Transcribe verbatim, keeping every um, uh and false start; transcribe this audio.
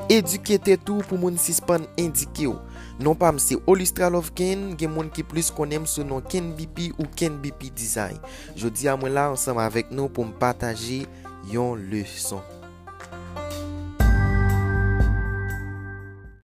éduquer tout pour moun suspend indiqué ou. Non pas c'est Olistra Love Ken, gen moun qui plus connaît sous nom Ken B P ou Ken B P Design. Je dis à moi là ensemble avec nous pour me partager yon leçon.